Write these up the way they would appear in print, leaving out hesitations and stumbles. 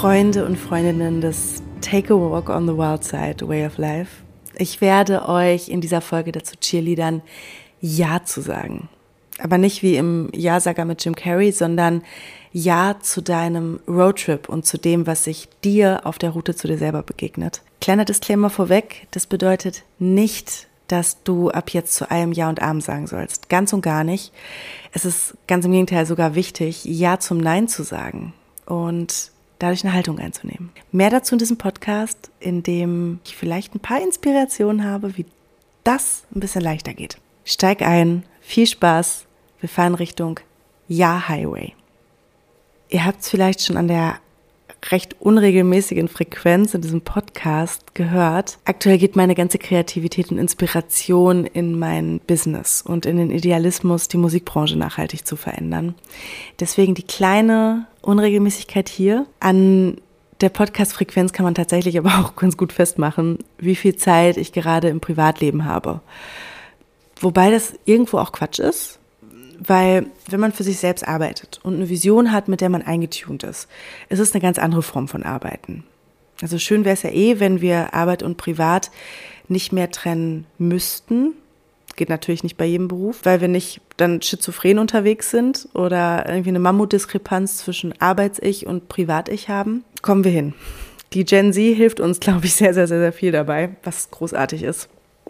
Freunde und Freundinnen des Take a Walk on the Wild Side Way of Life. Ich werde euch in dieser Folge dazu cheerleadern, Ja zu sagen. Aber nicht wie im Ja-Sager mit Jim Carrey, sondern Ja zu deinem Roadtrip und zu dem, was sich dir auf der Route zu dir selber begegnet. Kleiner Disclaimer vorweg, das bedeutet nicht, dass du ab jetzt zu allem Ja und Amen sagen sollst. Ganz und gar nicht. Es ist ganz im Gegenteil sogar wichtig, Ja zum Nein zu sagen und dadurch eine Haltung einzunehmen. Mehr dazu in diesem Podcast, in dem ich vielleicht ein paar Inspirationen habe, wie das ein bisschen leichter geht. Steig ein, viel Spaß, wir fahren Richtung Ja-Highway. Ihr habt es vielleicht schon an der recht unregelmäßigen Frequenz in diesem Podcast gehört. Aktuell geht meine ganze Kreativität und Inspiration in mein Business und in den Idealismus, die Musikbranche nachhaltig zu verändern. Deswegen die kleine Unregelmäßigkeit hier. An der Podcast-Frequenz kann man tatsächlich aber auch ganz gut festmachen, wie viel Zeit ich gerade im Privatleben habe. Wobei das irgendwo auch Quatsch ist. Weil wenn man für sich selbst arbeitet und eine Vision hat, mit der man eingetunt ist, ist es eine ganz andere Form von Arbeiten. Also schön wäre es ja wenn wir Arbeit und Privat nicht mehr trennen müssten. Geht natürlich nicht bei jedem Beruf, weil wir nicht dann schizophren unterwegs sind oder irgendwie eine Mammutdiskrepanz zwischen Arbeits-Ich und Privat-Ich haben. Kommen wir hin. Die Gen Z hilft uns, glaube ich, sehr, sehr, sehr, sehr viel dabei, was großartig ist.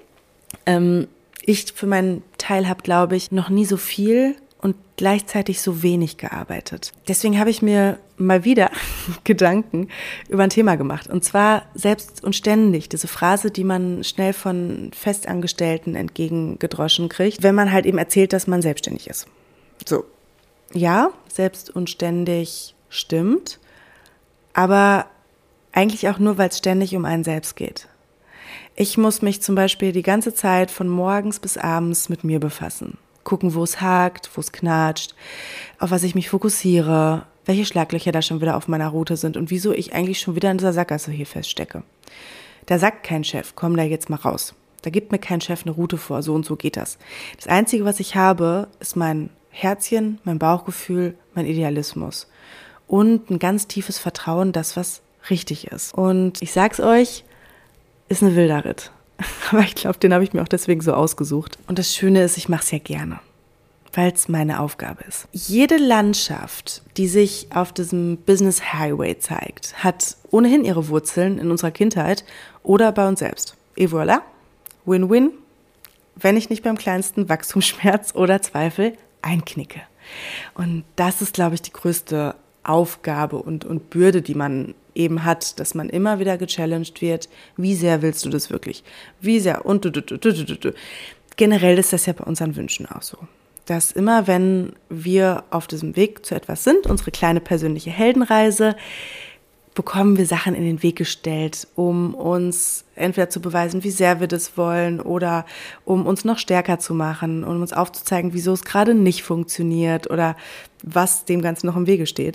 Ich für meinen Teil habe, glaube ich, noch nie so viel und gleichzeitig so wenig gearbeitet. Deswegen habe ich mir mal wieder Gedanken über ein Thema gemacht. Und zwar selbst und ständig, diese Phrase, die man schnell von Festangestellten entgegengedroschen kriegt, wenn man halt eben erzählt, dass man selbstständig ist. So, ja, selbst und ständig stimmt, aber eigentlich auch nur, weil es ständig um einen selbst geht. Ich muss mich zum Beispiel die ganze Zeit von morgens bis abends mit mir befassen. Gucken, wo es hakt, wo es knatscht, auf was ich mich fokussiere, welche Schlaglöcher da schon wieder auf meiner Route sind und wieso ich eigentlich schon wieder in dieser Sackgasse hier feststecke. Da sagt kein Chef, komm da jetzt mal raus. Da gibt mir kein Chef eine Route vor, so und so geht das. Das Einzige, was ich habe, ist mein Herzchen, mein Bauchgefühl, mein Idealismus und ein ganz tiefes Vertrauen, dass was richtig ist. Und ich sag's euch, ist ein wilder Ritt. Aber ich glaube, den habe ich mir auch deswegen so ausgesucht. Und das Schöne ist, ich mache es ja gerne, weil es meine Aufgabe ist. Jede Landschaft, die sich auf diesem Business Highway zeigt, hat ohnehin ihre Wurzeln in unserer Kindheit oder bei uns selbst. Et voilà, Win-Win, wenn ich nicht beim kleinsten Wachstumsschmerz oder Zweifel einknicke. Und das ist, glaube ich, die größte Aufgabe und Bürde, die man eben hat, dass man immer wieder gechallenged wird. Wie sehr willst du das wirklich? Wie sehr? Und generell ist das ja bei unseren Wünschen auch so. Dass immer, wenn wir auf diesem Weg zu etwas sind, unsere kleine persönliche Heldenreise, bekommen wir Sachen in den Weg gestellt, um uns entweder zu beweisen, wie sehr wir das wollen oder um uns noch stärker zu machen, um uns aufzuzeigen, wieso es gerade nicht funktioniert oder was dem Ganzen noch im Wege steht.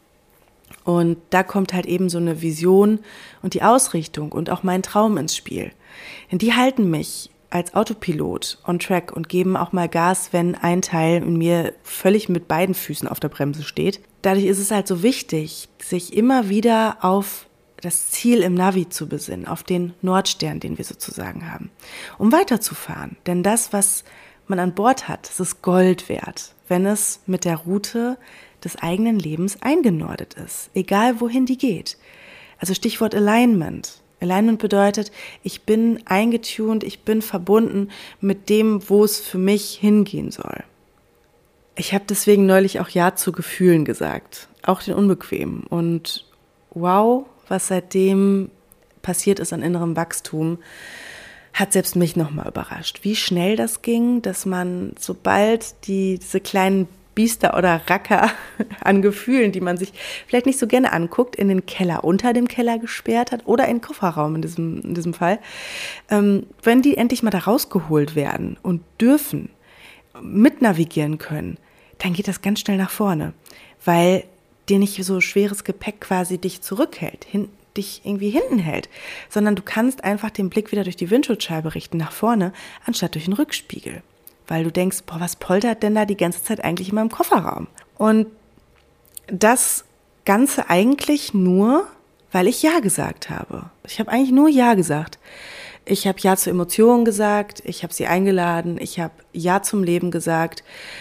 Und da kommt halt eben so eine Vision und die Ausrichtung und auch mein Traum ins Spiel. Denn die halten mich als Autopilot on track und geben auch mal Gas, wenn ein Teil in mir völlig mit beiden Füßen auf der Bremse steht. Dadurch ist es halt so wichtig, sich immer wieder auf das Ziel im Navi zu besinnen, auf den Nordstern, den wir sozusagen haben, um weiterzufahren. Denn das, was man an Bord hat, das ist Gold wert, wenn es mit der Route des eigenen Lebens eingenordet ist, egal wohin die geht. Also Stichwort Alignment. Alignment bedeutet, ich bin eingetunt, ich bin verbunden mit dem, wo es für mich hingehen soll. Ich habe deswegen neulich auch Ja zu Gefühlen gesagt, auch den unbequemen. Und wow, was seitdem passiert ist an innerem Wachstum, hat selbst mich nochmal überrascht. Wie schnell das ging, dass man, sobald diese kleinen Biester oder Racker an Gefühlen, die man sich vielleicht nicht so gerne anguckt, in den Keller unter dem Keller gesperrt hat oder in den Kofferraum in diesem Fall, wenn die endlich mal da rausgeholt werden und dürfen, mitnavigieren können, dann geht das ganz schnell nach vorne, weil dir nicht so schweres Gepäck quasi dich zurückhält, dich irgendwie hinten hält, sondern du kannst einfach den Blick wieder durch die Windschutzscheibe richten nach vorne, anstatt durch den Rückspiegel. Weil du denkst, was poltert denn da die ganze Zeit eigentlich in meinem Kofferraum? Und das Ganze eigentlich nur, weil ich Ja gesagt habe. Ich habe eigentlich nur Ja gesagt. Ich habe Ja zu Emotionen gesagt, ich habe sie eingeladen, ich habe Ja zum Leben gesagt.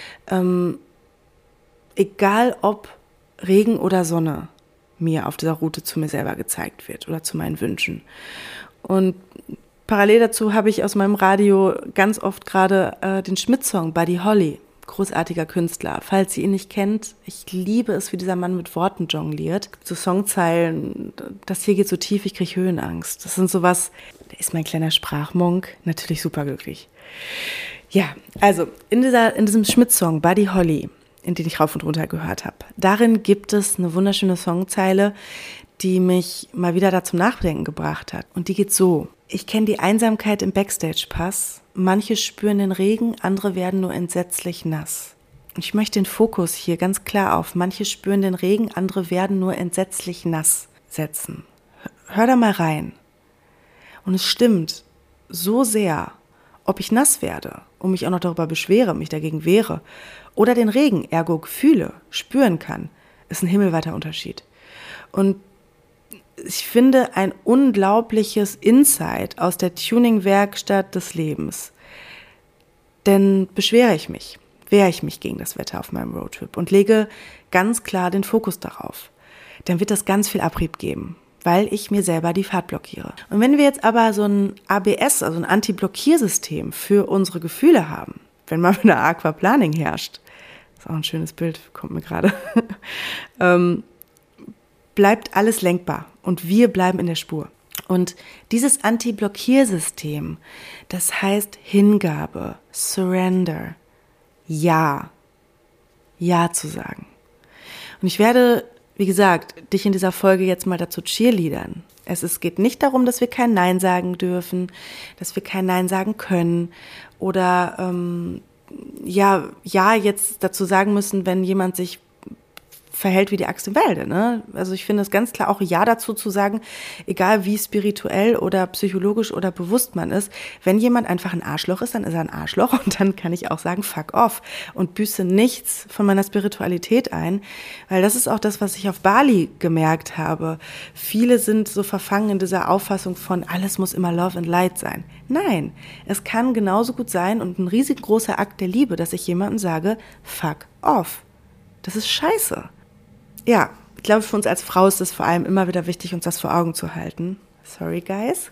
Egal ob Regen oder Sonne mir auf dieser Route zu mir selber gezeigt wird oder zu meinen Wünschen. Und parallel dazu habe ich aus meinem Radio ganz oft gerade den Schmidt-Song Buddy Holly, großartiger Künstler. Falls ihr ihn nicht kennt, ich liebe es, wie dieser Mann mit Worten jongliert. So Songzeilen, das hier geht so tief, ich kriege Höhenangst. Das sind sowas, der ist mein kleiner Sprachmonk, natürlich superglücklich. Ja, also in diesem Schmidt-Song Buddy Holly, in den ich rauf und runter gehört habe, darin gibt es eine wunderschöne Songzeile, die mich mal wieder da zum Nachdenken gebracht hat. Und die geht so: Ich kenne die Einsamkeit im Backstage-Pass. Manche spüren den Regen, andere werden nur entsetzlich nass. Und ich möchte den Fokus hier ganz klar auf manche spüren den Regen, andere werden nur entsetzlich nass setzen. Hör da mal rein. Und es stimmt so sehr, ob ich nass werde und mich auch noch darüber beschwere, mich dagegen wehre, oder den Regen, ergo fühle, spüren kann, ist ein himmelweiter Unterschied. Und ich finde ein unglaubliches Insight aus der Tuning-Werkstatt des Lebens. Denn wehre ich mich gegen das Wetter auf meinem Roadtrip und lege ganz klar den Fokus darauf. Dann wird das ganz viel Abrieb geben, weil ich mir selber die Fahrt blockiere. Und wenn wir jetzt aber so ein ABS, also ein Anti-Blockiersystem für unsere Gefühle haben, wenn mal wieder Aquaplaning herrscht, ist auch ein schönes Bild, kommt mir gerade, bleibt alles lenkbar und wir bleiben in der Spur. Und dieses Anti-Blockiersystem, das heißt Hingabe, Surrender, Ja zu sagen. Und ich werde, wie gesagt, dich in dieser Folge jetzt mal dazu cheerleadern. Es geht nicht darum, dass wir kein Nein sagen dürfen, dass wir kein Nein sagen können oder jetzt dazu sagen müssen, wenn jemand sich verhält wie die Axt im Walde, ne? Also ich finde es ganz klar auch Ja dazu zu sagen, egal wie spirituell oder psychologisch oder bewusst man ist, wenn jemand einfach ein Arschloch ist, dann ist er ein Arschloch und dann kann ich auch sagen, fuck off und büße nichts von meiner Spiritualität ein, weil das ist auch das, was ich auf Bali gemerkt habe. Viele sind so verfangen in dieser Auffassung von, alles muss immer Love and Light sein. Nein, es kann genauso gut sein und ein riesengroßer Akt der Liebe, dass ich jemandem sage, fuck off. Das ist scheiße. Ja, ich glaube, für uns als Frau ist es vor allem immer wieder wichtig, uns das vor Augen zu halten. Sorry, guys.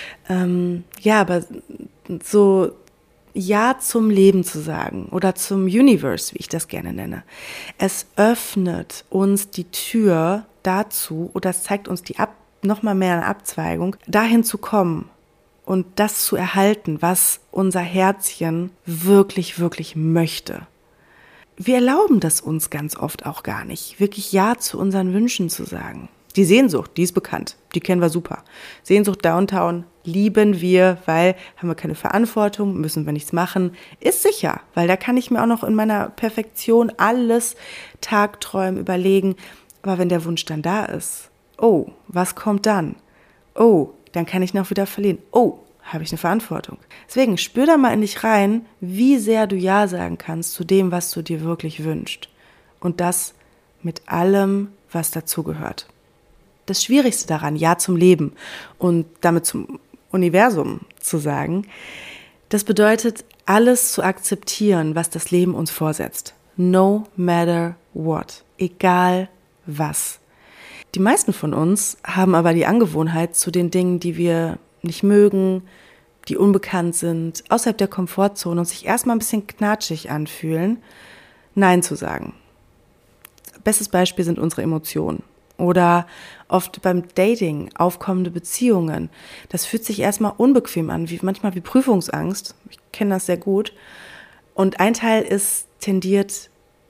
Aber so Ja zum Leben zu sagen oder zum Universe, wie ich das gerne nenne. Es öffnet uns die Tür dazu oder es zeigt uns nochmal mehr eine Abzweigung, dahin zu kommen und das zu erhalten, was unser Herzchen wirklich, wirklich möchte. Wir erlauben das uns ganz oft auch gar nicht, wirklich Ja zu unseren Wünschen zu sagen. Die Sehnsucht, die ist bekannt, die kennen wir super. Sehnsucht Downtown lieben wir, weil haben wir keine Verantwortung, müssen wir nichts machen. Ist sicher, weil da kann ich mir auch noch in meiner Perfektion alles tagträumen, überlegen. Aber wenn der Wunsch dann da ist, oh, was kommt dann? Oh, dann kann ich noch wieder verlieren. Oh, habe ich eine Verantwortung. Deswegen spür da mal in dich rein, wie sehr du Ja sagen kannst zu dem, was du dir wirklich wünschst. Und das mit allem, was dazugehört. Das Schwierigste daran, Ja zum Leben und damit zum Universum zu sagen, das bedeutet, alles zu akzeptieren, was das Leben uns vorsetzt. No matter what. Egal was. Die meisten von uns haben aber die Angewohnheit, zu den Dingen, die wir nicht mögen, die unbekannt sind, außerhalb der Komfortzone und sich erstmal ein bisschen knatschig anfühlen, Nein zu sagen. Bestes Beispiel sind unsere Emotionen. Oder oft beim Dating, aufkommende Beziehungen. Das fühlt sich erstmal unbequem an, manchmal wie Prüfungsangst. Ich kenne das sehr gut. Und ein Teil tendiert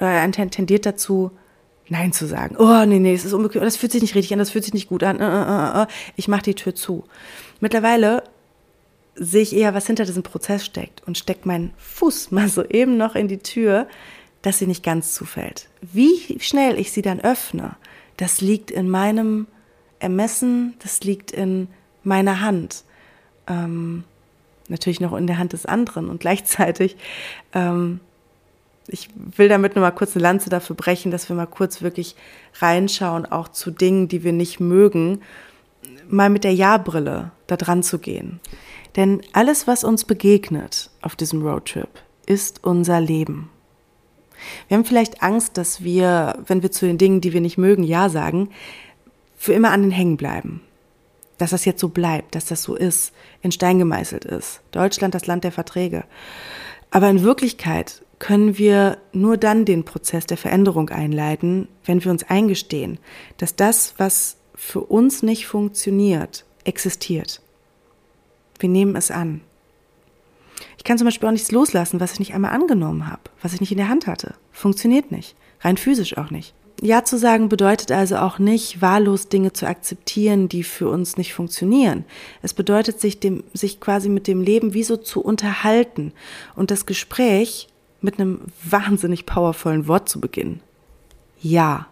dazu, Nein zu sagen. Oh, nee, es ist unbequem, das fühlt sich nicht richtig an, das fühlt sich nicht gut an. Ich mache die Tür zu. Mittlerweile sehe ich eher, was hinter diesem Prozess steckt und steckt meinen Fuß mal so eben noch in die Tür, dass sie nicht ganz zufällt. Wie schnell ich sie dann öffne, das liegt in meinem Ermessen, das liegt in meiner Hand. Natürlich noch in der Hand des anderen und gleichzeitig Ich will damit nur mal kurz eine Lanze dafür brechen, dass wir mal kurz wirklich reinschauen, auch zu Dingen, die wir nicht mögen, mal mit der Ja-Brille da dran zu gehen. Denn alles, was uns begegnet auf diesem Roadtrip, ist unser Leben. Wir haben vielleicht Angst, dass wir, wenn wir zu den Dingen, die wir nicht mögen, Ja sagen, für immer an den hängen bleiben. Dass das jetzt so bleibt, dass das so ist, in Stein gemeißelt ist. Deutschland, das Land der Verträge. Aber in Wirklichkeit können wir nur dann den Prozess der Veränderung einleiten, wenn wir uns eingestehen, dass das, was für uns nicht funktioniert, existiert. Wir nehmen es an. Ich kann zum Beispiel auch nichts loslassen, was ich nicht einmal angenommen habe, was ich nicht in der Hand hatte. Funktioniert nicht, rein physisch auch nicht. Ja zu sagen bedeutet also auch nicht, wahllos Dinge zu akzeptieren, die für uns nicht funktionieren. Es bedeutet, sich quasi mit dem Leben wie so zu unterhalten und das Gespräch mit einem wahnsinnig powervollen Wort zu beginnen. Ja.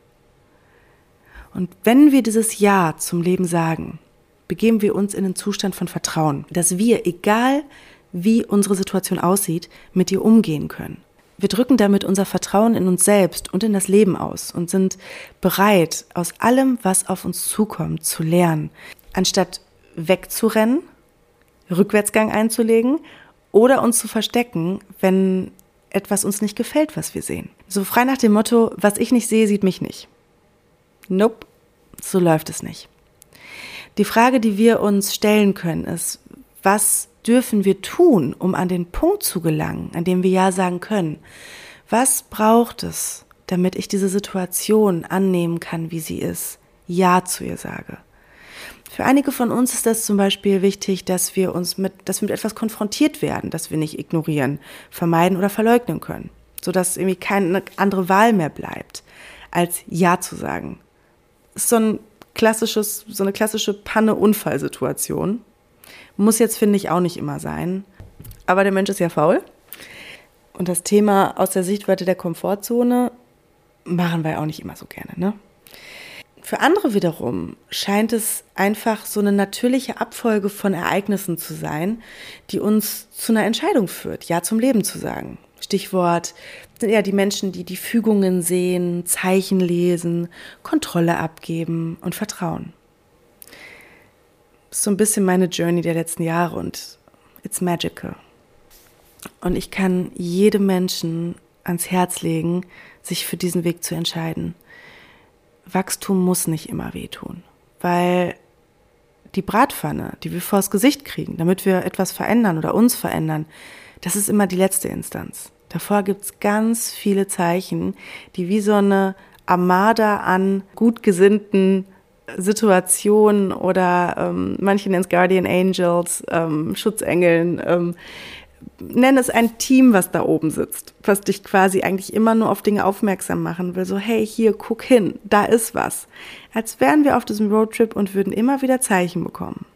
Und wenn wir dieses Ja zum Leben sagen, begeben wir uns in einen Zustand von Vertrauen, dass wir, egal wie unsere Situation aussieht, mit ihr umgehen können. Wir drücken damit unser Vertrauen in uns selbst und in das Leben aus und sind bereit, aus allem, was auf uns zukommt, zu lernen, anstatt wegzurennen, Rückwärtsgang einzulegen oder uns zu verstecken, wenn etwas uns nicht gefällt, was wir sehen. So frei nach dem Motto, was ich nicht sehe, sieht mich nicht. Nope, so läuft es nicht. Die Frage, die wir uns stellen können, ist, was dürfen wir tun, um an den Punkt zu gelangen, an dem wir Ja sagen können? Was braucht es, damit ich diese Situation annehmen kann, wie sie ist, Ja zu ihr sage? Für einige von uns ist das zum Beispiel wichtig, dass wir mit etwas konfrontiert werden, das wir nicht ignorieren, vermeiden oder verleugnen können, sodass irgendwie keine andere Wahl mehr bleibt, als Ja zu sagen. Das ist so eine klassische Panne-Unfall-Situation. Muss jetzt, finde ich, auch nicht immer sein. Aber der Mensch ist ja faul. Und das Thema aus der Sichtweite der Komfortzone machen wir ja auch nicht immer so gerne, ne? Für andere wiederum scheint es einfach so eine natürliche Abfolge von Ereignissen zu sein, die uns zu einer Entscheidung führt, Ja zum Leben zu sagen. Stichwort sind eher die Menschen, die die Fügungen sehen, Zeichen lesen, Kontrolle abgeben und vertrauen. Das ist so ein bisschen meine Journey der letzten Jahre und it's magical. Und ich kann jedem Menschen ans Herz legen, sich für diesen Weg zu entscheiden. Wachstum muss nicht immer wehtun, weil die Bratpfanne, die wir vors Gesicht kriegen, damit wir etwas verändern oder uns verändern, das ist immer die letzte Instanz. Davor gibt es ganz viele Zeichen, die wie so eine Armada an gut gesinnten Situationen oder manche nennen es Guardian Angels, Schutzengeln, nenn es ein Team, was da oben sitzt, was dich quasi eigentlich immer nur auf Dinge aufmerksam machen will. So, hey, hier, guck hin, da ist was. Als wären wir auf diesem Roadtrip und würden immer wieder Zeichen bekommen.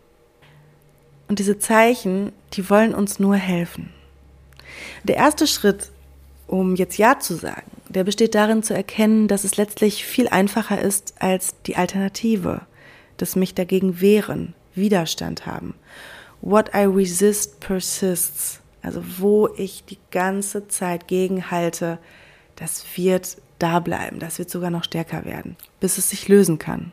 Und diese Zeichen, die wollen uns nur helfen. Der erste Schritt, um jetzt Ja zu sagen, der besteht darin zu erkennen, dass es letztlich viel einfacher ist als die Alternative, das mich dagegen wehren, Widerstand haben. What I resist persists. Also wo ich die ganze Zeit gegenhalte, das wird da bleiben, das wird sogar noch stärker werden, bis es sich lösen kann.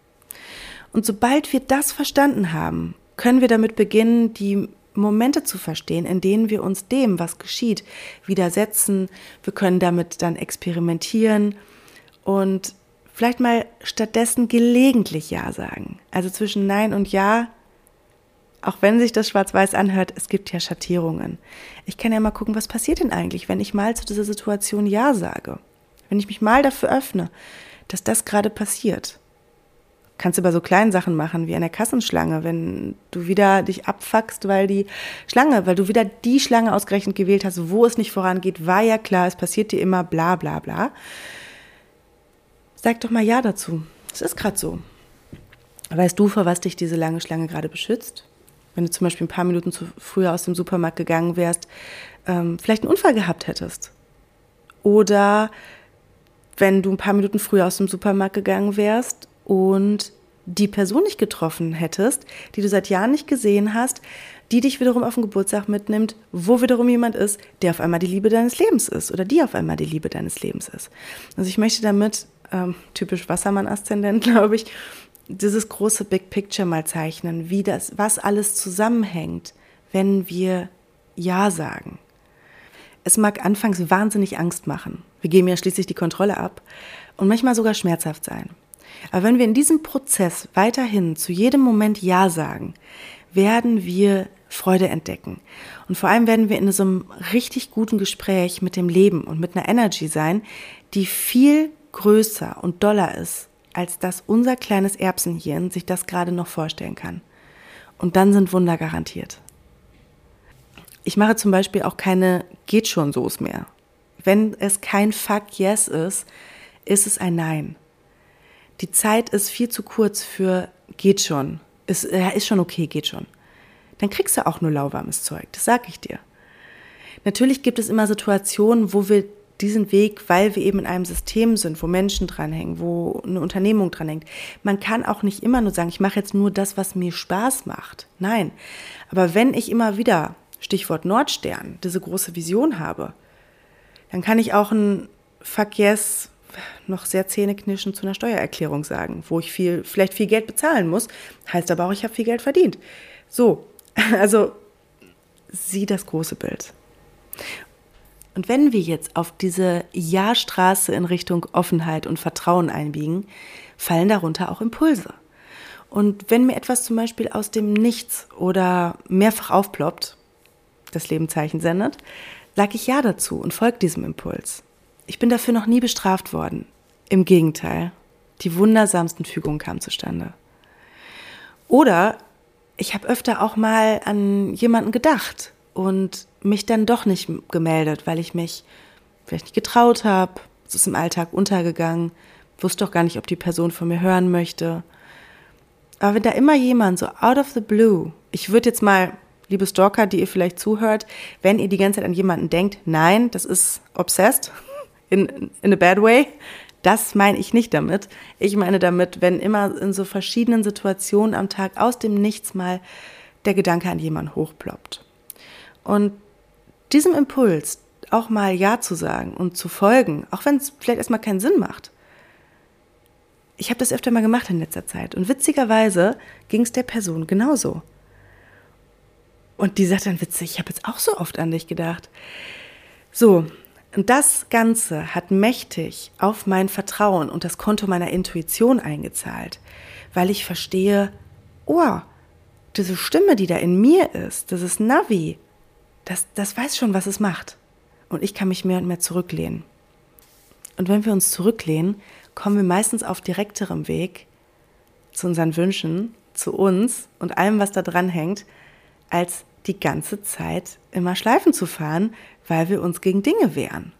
Und sobald wir das verstanden haben, können wir damit beginnen, die Momente zu verstehen, in denen wir uns dem, was geschieht, widersetzen. Wir können damit dann experimentieren und vielleicht mal stattdessen gelegentlich Ja sagen. Also zwischen Nein und Ja, auch wenn sich das schwarz-weiß anhört, es gibt ja Schattierungen. Ich kann ja mal gucken, was passiert denn eigentlich, wenn ich mal zu dieser Situation Ja sage. Wenn ich mich mal dafür öffne, dass das gerade passiert. Kannst du bei so kleinen Sachen machen, wie an der Kassenschlange, wenn du wieder dich abfuckst, weil du wieder die Schlange ausgerechnet gewählt hast, wo es nicht vorangeht, war ja klar, es passiert dir immer, bla bla bla. Sag doch mal Ja dazu. Es ist gerade so. Weißt du, vor was dich diese lange Schlange gerade beschützt? Wenn du zum Beispiel ein paar Minuten zu früher aus dem Supermarkt gegangen wärst, vielleicht einen Unfall gehabt hättest. Oder wenn du ein paar Minuten früher aus dem Supermarkt gegangen wärst und die Person nicht getroffen hättest, die du seit Jahren nicht gesehen hast, die dich wiederum auf den Geburtstag mitnimmt, wo wiederum jemand ist, der auf einmal die Liebe deines Lebens ist oder die auf einmal die Liebe deines Lebens ist. Also ich möchte damit, typisch Wassermann-Aszendent, glaube ich, dieses große Big Picture mal zeichnen, was alles zusammenhängt, wenn wir Ja sagen. Es mag anfangs wahnsinnig Angst machen. Wir geben ja schließlich die Kontrolle ab und manchmal sogar schmerzhaft sein. Aber wenn wir in diesem Prozess weiterhin zu jedem Moment Ja sagen, werden wir Freude entdecken. Und vor allem werden wir in so einem richtig guten Gespräch mit dem Leben und mit einer Energy sein, die viel größer und doller ist, als dass unser kleines Erbsenhirn sich das gerade noch vorstellen kann. Und dann sind Wunder garantiert. Ich mache zum Beispiel auch keine Geht-schon-So's mehr. Wenn es kein Fuck yes ist es ein Nein. Die Zeit ist viel zu kurz für geht schon. Ist schon okay, geht schon. Dann kriegst du auch nur lauwarmes Zeug, das sag ich dir. Natürlich gibt es immer Situationen, wo wir diesen Weg, weil wir eben in einem System sind, wo Menschen dranhängen, wo eine Unternehmung dranhängt. Man kann auch nicht immer nur sagen, ich mache jetzt nur das, was mir Spaß macht. Nein, aber wenn ich immer wieder, Stichwort Nordstern, diese große Vision habe, dann kann ich auch ein Fuck yes noch sehr zähneknirschend zu einer Steuererklärung sagen, wo ich vielleicht viel Geld bezahlen muss, heißt aber auch, ich habe viel Geld verdient. So, also sieh das große Bild. Und wenn wir jetzt auf diese Ja-Straße in Richtung Offenheit und Vertrauen einbiegen, fallen darunter auch Impulse. Und wenn mir etwas zum Beispiel aus dem Nichts oder mehrfach aufploppt, das Leben Zeichen sendet, sage ich Ja dazu und folge diesem Impuls. Ich bin dafür noch nie bestraft worden. Im Gegenteil, die wundersamsten Fügungen kamen zustande. Oder ich habe öfter auch mal an jemanden gedacht und mich dann doch nicht gemeldet, weil ich mich vielleicht nicht getraut habe, es ist im Alltag untergegangen, wusste doch gar nicht, ob die Person von mir hören möchte. Aber wenn da immer jemand so out of the blue, ich würde jetzt mal, liebe Stalker, die ihr vielleicht zuhört, wenn ihr die ganze Zeit an jemanden denkt, nein, das ist obsessed, in a bad way, das meine ich nicht damit. Ich meine damit, wenn immer in so verschiedenen Situationen am Tag aus dem Nichts mal der Gedanke an jemanden hochploppt. Und diesem Impuls auch mal Ja zu sagen und zu folgen, auch wenn es vielleicht erstmal keinen Sinn macht. Ich habe das öfter mal gemacht in letzter Zeit und witzigerweise ging es der Person genauso. Und die sagt dann witzig, ich habe jetzt auch so oft an dich gedacht. So, und das Ganze hat mächtig auf mein Vertrauen und das Konto meiner Intuition eingezahlt, weil ich verstehe, oh, diese Stimme, die da in mir ist, dieses Navi, das weiß schon, was es macht. Und ich kann mich mehr und mehr zurücklehnen. Und wenn wir uns zurücklehnen, kommen wir meistens auf direkterem Weg zu unseren Wünschen, zu uns und allem, was da dran hängt, als die ganze Zeit immer Schleifen zu fahren, weil wir uns gegen Dinge wehren.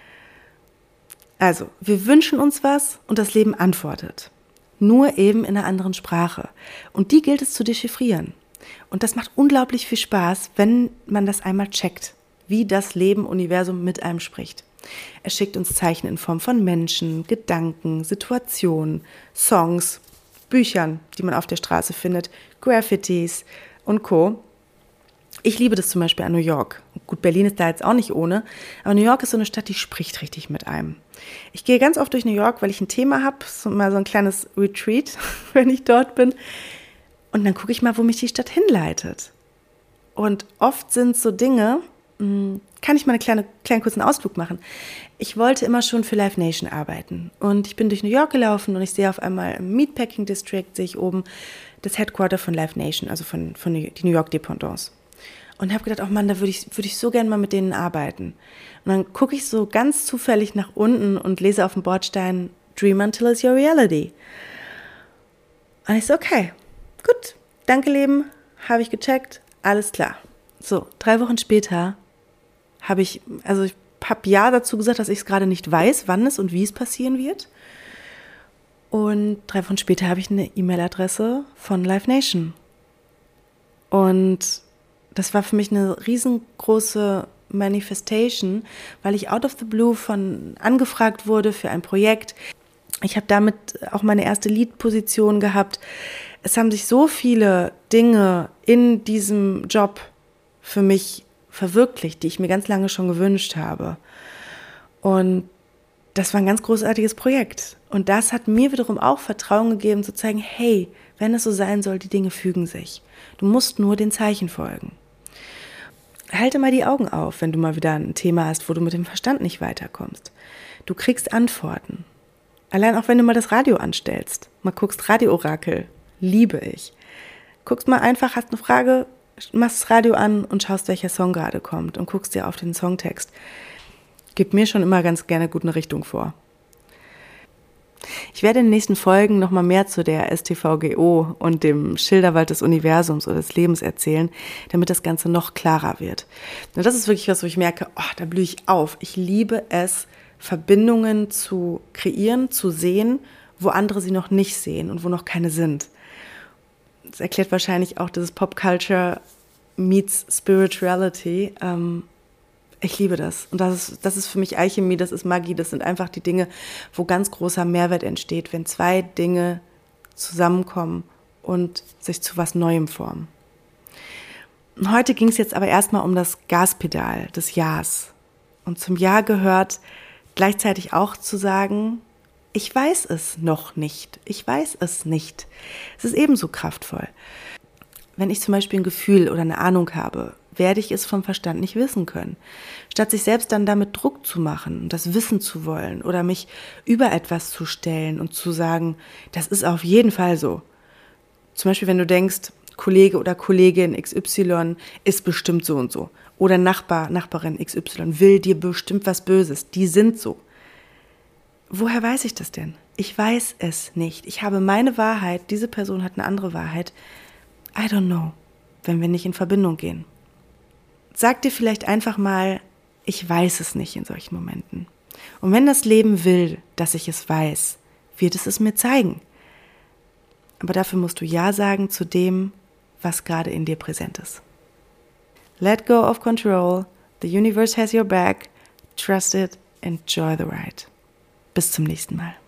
Also, wir wünschen uns was und das Leben antwortet. Nur eben in einer anderen Sprache. Und die gilt es zu dechiffrieren. Und das macht unglaublich viel Spaß, wenn man das einmal checkt, wie das Leben, Universum mit einem spricht. Es schickt uns Zeichen in Form von Menschen, Gedanken, Situationen, Songs, Büchern, die man auf der Straße findet, Graffitis und Co. Ich liebe das zum Beispiel an New York. Gut, Berlin ist da jetzt auch nicht ohne, aber New York ist so eine Stadt, die spricht richtig mit einem. Ich gehe ganz oft durch New York, weil ich ein Thema habe, so mal so ein kleines Retreat, wenn ich dort bin. Und dann gucke ich mal, wo mich die Stadt hinleitet. Und oft sind so Dinge, kann ich mal einen kleinen kurzen Ausflug machen. Ich wollte immer schon für Live Nation arbeiten. Und ich bin durch New York gelaufen und ich sehe auf einmal im Meatpacking District, sehe ich oben das Headquarter von Live Nation, also von die New York Dependance. Und habe gedacht, oh Mann, da würde ich so gerne mal mit denen arbeiten. Und dann gucke ich so ganz zufällig nach unten und lese auf dem Bordstein, Dream until it's your reality. Und ich so, okay, gut, danke Leben, habe ich gecheckt, alles klar. So, 3 Wochen später habe ich Ja dazu gesagt, dass ich es gerade nicht weiß, wann es und wie es passieren wird. Und 3 Wochen später habe ich eine E-Mail-Adresse von Live Nation. Und das war für mich eine riesengroße Manifestation, weil ich out of the blue angefragt wurde für ein Projekt. Ich habe damit auch meine erste Lead-Position gehabt. Es haben sich so viele Dinge in diesem Job für mich verwirklicht, die ich mir ganz lange schon gewünscht habe. Und das war ein ganz großartiges Projekt. Und das hat mir wiederum auch Vertrauen gegeben, zu zeigen, hey, wenn es so sein soll, die Dinge fügen sich. Du musst nur den Zeichen folgen. Halte mal die Augen auf, wenn du mal wieder ein Thema hast, wo du mit dem Verstand nicht weiterkommst. Du kriegst Antworten. Allein auch wenn du mal das Radio anstellst, mal guckst Radio-Orakel, liebe ich. Guckst mal einfach, hast eine Frage, machst das Radio an und schaust, welcher Song gerade kommt und guckst dir auf den Songtext. Gibt mir schon immer ganz gerne gut eine Richtung vor. Ich werde in den nächsten Folgen nochmal mehr zu der STVGO und dem Schilderwald des Universums oder des Lebens erzählen, damit das Ganze noch klarer wird. Und das ist wirklich was, wo ich merke, da blühe ich auf. Ich liebe es, Verbindungen zu kreieren, zu sehen, wo andere sie noch nicht sehen und wo noch keine sind. Das erklärt wahrscheinlich auch dieses Pop-Culture meets Spirituality. Ich liebe das. Und das ist für mich Alchemie, das ist Magie, das sind einfach die Dinge, wo ganz großer Mehrwert entsteht, wenn zwei Dinge zusammenkommen und sich zu was Neuem formen. Und heute ging es jetzt aber erstmal um das Gaspedal des Ja's. Und zum Ja gehört gleichzeitig auch zu sagen, ich weiß es noch nicht, ich weiß es nicht. Es ist ebenso kraftvoll. Wenn ich zum Beispiel ein Gefühl oder eine Ahnung habe, werde ich es vom Verstand nicht wissen können. Statt sich selbst dann damit Druck zu machen und das wissen zu wollen oder mich über etwas zu stellen und zu sagen, das ist auf jeden Fall so. Zum Beispiel, wenn du denkst, Kollege oder Kollegin XY ist bestimmt so und so. Oder Nachbarin XY will dir bestimmt was Böses. Die sind so. Woher weiß ich das denn? Ich weiß es nicht. Ich habe meine Wahrheit, diese Person hat eine andere Wahrheit. I don't know, wenn wir nicht in Verbindung gehen. Sag dir vielleicht einfach mal, ich weiß es nicht in solchen Momenten. Und wenn das Leben will, dass ich es weiß, wird es mir zeigen. Aber dafür musst du Ja sagen zu dem, was gerade in dir präsent ist. Let go of control. The universe has your back. Trust it. Enjoy the ride. Bis zum nächsten Mal.